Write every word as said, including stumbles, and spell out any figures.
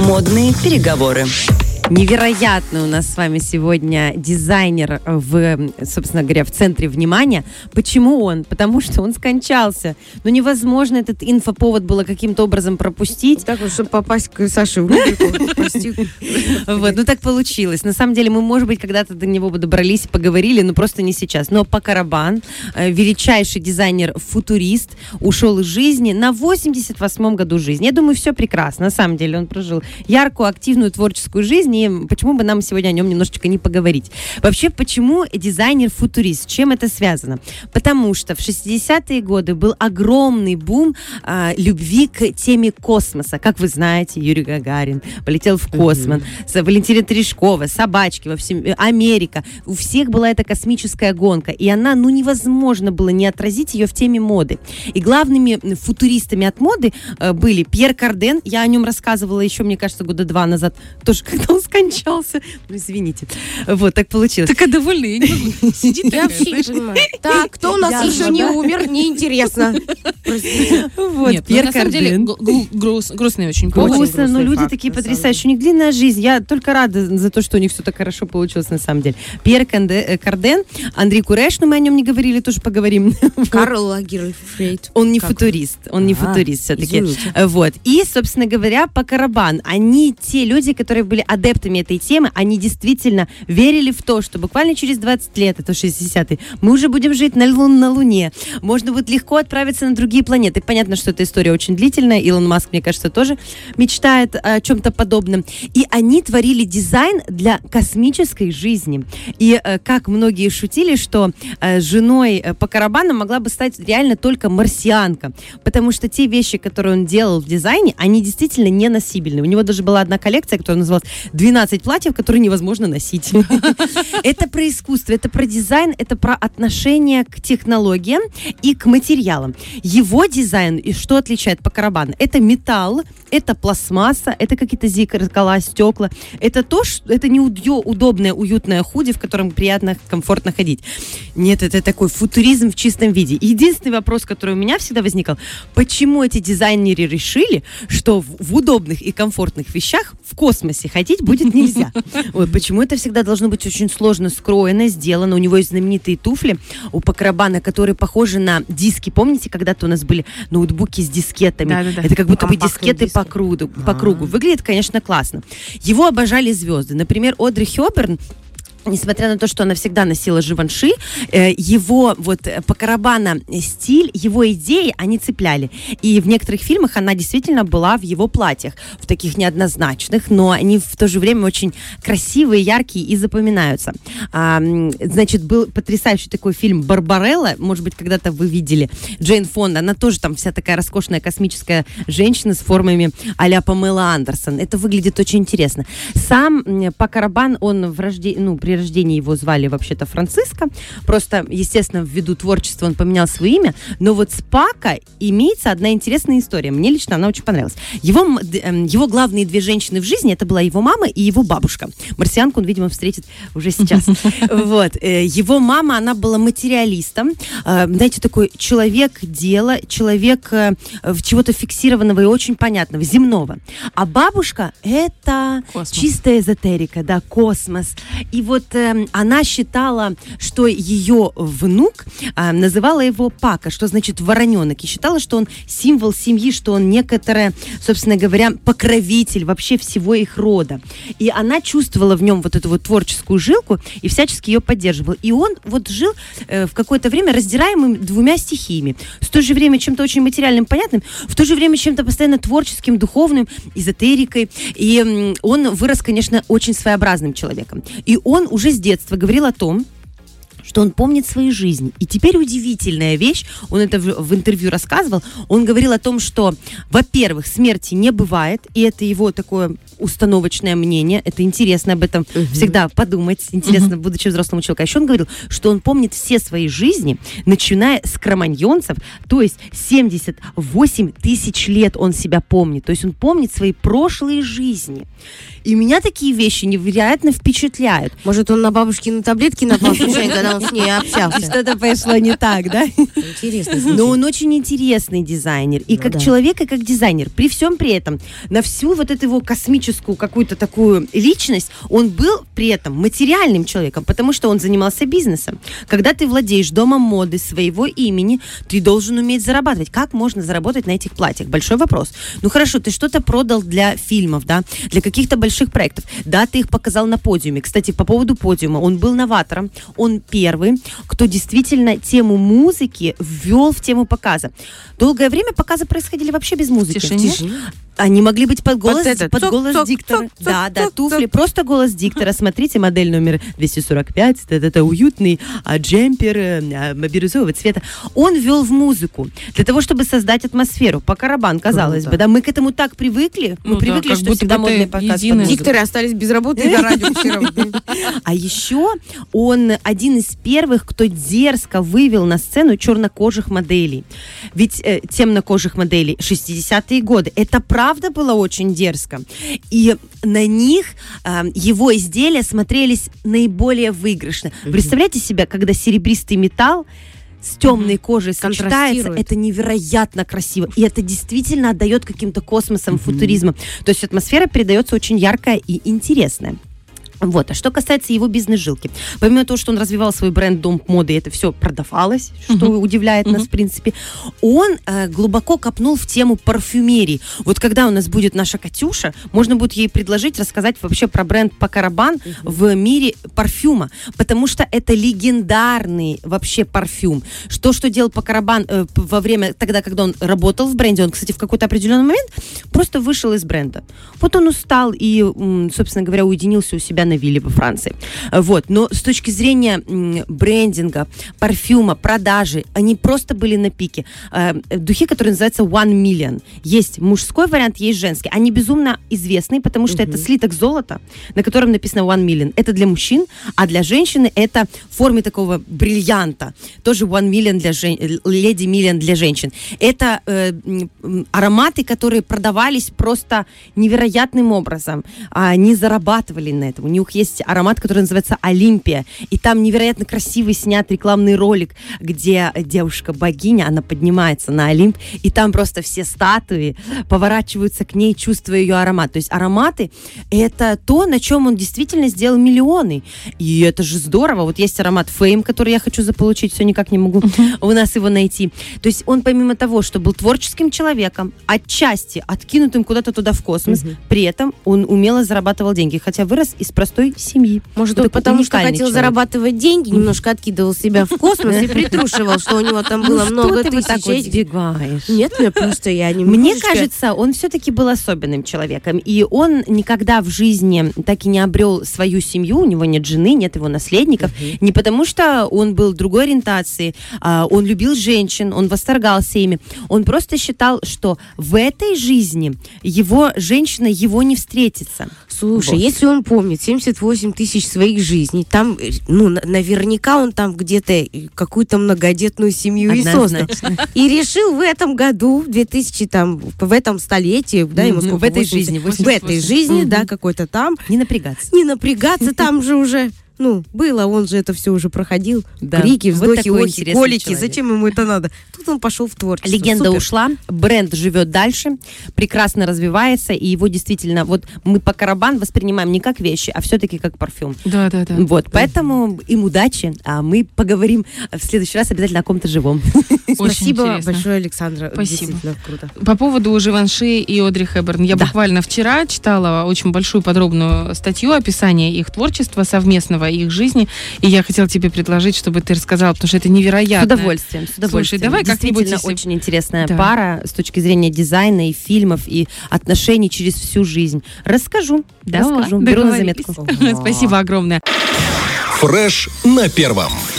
Модные переговоры. Невероятно у нас с вами сегодня дизайнер в, собственно говоря, в центре внимания. Почему он? Потому что он скончался. Ну, невозможно этот инфоповод было каким-то образом пропустить. Так вот, чтобы попасть к Саше в рубрику. Прости. Вот, ну так получилось. На самом деле мы, может быть, когда-то до него бы добрались и поговорили, но просто не сейчас. Но Пако Рабан, величайший дизайнер-футурист, ушел из жизни на восемьдесят восьмом году жизни. Я думаю, все прекрасно. На самом деле он прожил яркую, активную творческую жизнь, и почему бы нам сегодня о нем немножечко не поговорить. Вообще, почему дизайнер-футурист? С чем это связано? Потому что в шестидесятые годы был огромный бум а, любви к теме космоса. Как вы знаете, Юрий Гагарин полетел в космос, mm-hmm. Валентина Терешкова, собачки, во всем, Америка. У всех была эта космическая гонка, и она, ну, невозможно было не отразить ее в теме моды. И главными футуристами от моды а, были Пьер Карден, я о нем рассказывала еще, мне кажется, года два назад, тоже когда он скончался. Ну, извините. Вот, так получилось. Такая довольная, я не могу. Сидит я вообще не понимаю. Так, кто у нас еще не умер, неинтересно. Вот, нет, Пьер на самом деле грустный очень. Грустно, но люди такие потрясающие. У них длинная жизнь. Я только рада за то, что у них все так хорошо получилось на самом деле. Пьер Карден, Андрей Куреш, но мы о нем не говорили, тоже поговорим. Карл Лагерфельд. Он не футурист. Он не футурист все-таки. Вот. И, собственно говоря, Пако Рабан. Они те люди, которые были адептами этой темы, они действительно верили в то, что буквально через двадцать лет, это шестидесятые, мы уже будем жить на, лун, на Луне. Можно будет легко отправиться на другие планеты. Понятно, что эта история очень длительная. Илон Маск, мне кажется, тоже мечтает о чем-то подобном. И они творили дизайн для космической жизни. И как многие шутили, что женой Пако Рабана могла бы стать реально только марсианка. Потому что те вещи, которые он делал в дизайне, они действительно неносибельны. У него даже была одна коллекция, которая называлась двенадцать платьев, которые невозможно носить. Это про искусство, это про дизайн, это про отношение к технологиям и к материалам. Его дизайн, и что отличает Пако Рабана? Это металл, это пластмасса, это какие-то зеркала, стекла. Это то, что это не удобное, уютное худи, в котором приятно, комфортно ходить. Нет, это такой футуризм в чистом виде. Единственный вопрос, который у меня всегда возникал, почему эти дизайнеры решили, что в, в удобных и комфортных вещах в космосе ходить будет нельзя. Ой, почему это всегда должно быть очень сложно скроено, сделано. У него есть знаменитые туфли у Пако Рабана, которые похожи на диски. Помните, когда-то у нас были ноутбуки с дискетами? Да-да-да. Это как будто бы дискеты по кругу, по кругу. Выглядит, конечно, классно. Его обожали звезды. Например, Одри Хёбберн, несмотря на то, что она всегда носила живанши, его вот Пако Рабана стиль, его идеи, они цепляли. И в некоторых фильмах она действительно была в его платьях, в таких неоднозначных, но они в то же время очень красивые, яркие и запоминаются. А, значит, был потрясающий такой фильм «Барбарелла», может быть, когда-то вы видели, Джейн Фонда, она тоже там вся такая роскошная космическая женщина с формами а-ля Памела Андерсон. Это выглядит очень интересно. Сам Пако Рабан, он в рождении, ну, при рождении его звали вообще-то Франциско. Просто, естественно, ввиду творчества он поменял свое имя. Но вот с Пако имеется одна интересная история. Мне лично она очень понравилась. Его, его главные две женщины в жизни, это была его мама и его бабушка. Марсианку он, видимо, встретит уже сейчас. Вот. Его мама, она была материалистом. Знаете, такой человек дела, человек чего-то фиксированного и очень понятного, земного. А бабушка — это космос. Чистая эзотерика, да, космос. И вот э, она считала, что ее внук э, называла его Пако, что значит вороненок, и считала, что он символ семьи, что он некоторая, собственно говоря, покровитель вообще всего их рода. И она чувствовала в нем вот эту вот творческую жилку и всячески ее поддерживала. И он вот жил э, в какое-то время раздираемым двумя стихиями. В то же время чем-то очень материальным, понятным, в то же время чем-то постоянно творческим, духовным, эзотерикой. И э, он вырос, конечно, очень своеобразным человеком. И он уже с детства говорил о том, что он помнит свои жизни. И теперь удивительная вещь, он это в, в интервью рассказывал, он говорил о том, что, во-первых, смерти не бывает, и это его такое установочное мнение, это интересно об этом uh-huh. всегда подумать, интересно, uh-huh. будучи взрослым человеком. А еще он говорил, что он помнит все свои жизни, начиная с кроманьонцев, то есть семьдесят восемь тысяч лет он себя помнит, то есть он помнит свои прошлые жизни. И меня такие вещи невероятно впечатляют. Может, он на бабушкины таблетки напал случайно, когда он с ней общался. Что-то пошло не так, да? Интересно. Но он очень интересный дизайнер. И Ну как да. человек, и как дизайнер. При всем при этом, на всю вот эту его космическую какую-то такую личность, он был при этом материальным человеком, потому что он занимался бизнесом. Когда ты владеешь домом моды своего имени, ты должен уметь зарабатывать. Как можно заработать на этих платьях? Большой вопрос. Ну хорошо, ты что-то продал для фильмов, да, для каких-то больших проектов. Да, ты их показал на подиуме. Кстати, по поводу подиума, он был новатором. Он первый, кто действительно тему музыки ввел в тему показа. Долгое время показы происходили вообще без музыки. Тишине? Они могли быть под голос, Под это, под цок, голос цок, диктора. цок, да, цок, да, цок, туфли, цок. просто голос диктора. Смотрите, модель номер двести сорок пять, это, это уютный а, джемпер а, бирюзового цвета. Он ввел в музыку для того, чтобы создать атмосферу. По карабан, казалось Круто. бы. Да, мы к этому так привыкли. Мы Ну да, привыкли, как что будто всегда бы это модный показ под единое. музыку. Дикторы остались без работы и на радио все равно. А еще он один из первых, кто дерзко вывел на сцену чернокожих моделей. Ведь э, темнокожих моделей шестидесятые годы. Это правда было очень дерзко. И на них э, его изделия смотрелись наиболее выигрышно. Mm-hmm. Представляете себе, когда серебристый металл с темной mm-hmm. кожей сочетается, это невероятно красиво. И это действительно отдает каким-то космосом, mm-hmm. футуризмом. То есть атмосфера передается очень яркая и интересная. Вот. А что касается его бизнес-жилки. Помимо того, что он развивал свой бренд «Дом моды», и это все продавалось, что uh-huh. удивляет uh-huh. нас, в принципе, он э, глубоко копнул в тему парфюмерии. Вот когда у нас будет наша Катюша, можно будет ей предложить рассказать вообще про бренд Пакарабан uh-huh. в мире парфюма, потому что это легендарный вообще парфюм. Что, что делал Пакарабан э, во время, тогда, когда он работал в бренде, он, кстати, в какой-то определенный момент просто вышел из бренда. Вот он устал и, собственно говоря, уединился у себя на вилле во Франции. Вот. Но с точки зрения м, брендинга, парфюма, продажи, они просто были на пике. Э, духи, которые называются One Million. Есть мужской вариант, есть женский. Они безумно известны, потому что uh-huh. это слиток золота, на котором написано One Million. Это для мужчин, а для женщины это в форме такого бриллианта. Тоже One Million для жен... Lady Million для женщин. Это э, ароматы, которые продавались просто невероятным образом. Они зарабатывали на этом. У них есть аромат, который называется «Олимпия». И там невероятно красивый снят рекламный ролик, где девушка-богиня, она поднимается на Олимп, и там просто все статуи поворачиваются к ней, чувствуя ее аромат. То есть ароматы — это то, на чем он действительно сделал миллионы. И это же здорово. Вот есть аромат Fame, который я хочу заполучить, все никак не могу uh-huh. у нас его найти. То есть он, помимо того, что был творческим человеком, отчасти откинутым куда-то туда в космос, uh-huh. при этом он умело зарабатывал деньги, хотя вырос из простой семьи. Может, вот он потому что хотел человек. зарабатывать деньги, немножко откидывал себя в космос и притрушивал, что у него там было ну, много ты тысяч. Вот так вот сбегаешь? Нет, я просто я не Мне кажется, он все-таки был особенным человеком, и он никогда в жизни так и не обрел свою семью, у него нет жены, нет его наследников, uh-huh. не потому что он был другой ориентации, а, он любил женщин, он восторгался ими, он просто считал, что в этой жизни его женщина его не встретится. Слушай, вот. Если он помнит семьдесят восемь тысяч своих жизней, там, ну, наверняка он там где-то какую-то многодетную семью и создал. И решил в этом году, в две тысячи, там, в этом столетии, да, ему сколько? В этой жизни. В этой жизни, да, какой-то там. Не напрягаться. Не напрягаться, там же уже... Ну, было, он же это все уже проходил. Да. Крики, вздохи, вот охи, колики. Человек. Зачем ему это надо? Тут он пошел в творчество. Легенда Супер. Ушла, бренд живет дальше, прекрасно развивается, и его действительно, вот мы Пакарабан воспринимаем не как вещи, а все-таки как парфюм. Да, да, да. Вот, поэтому им удачи, а мы поговорим в следующий раз обязательно о ком-то живом. Спасибо интересно. большое, Александра. Спасибо. Действительно круто. По поводу Живанши и Одри Хепберн. Я да. буквально вчера читала очень большую подробную статью, описание их творчества совместного, их жизни. И я хотела тебе предложить, чтобы ты рассказала, потому что это невероятно. С удовольствием, с удовольствием. Слушай, давай как-нибудь... Действительно очень интересная да. пара с точки зрения дизайна и фильмов, и отношений через всю жизнь. Расскажу, давай, расскажу. Беру на заметку. Спасибо огромное. Фреш на первом.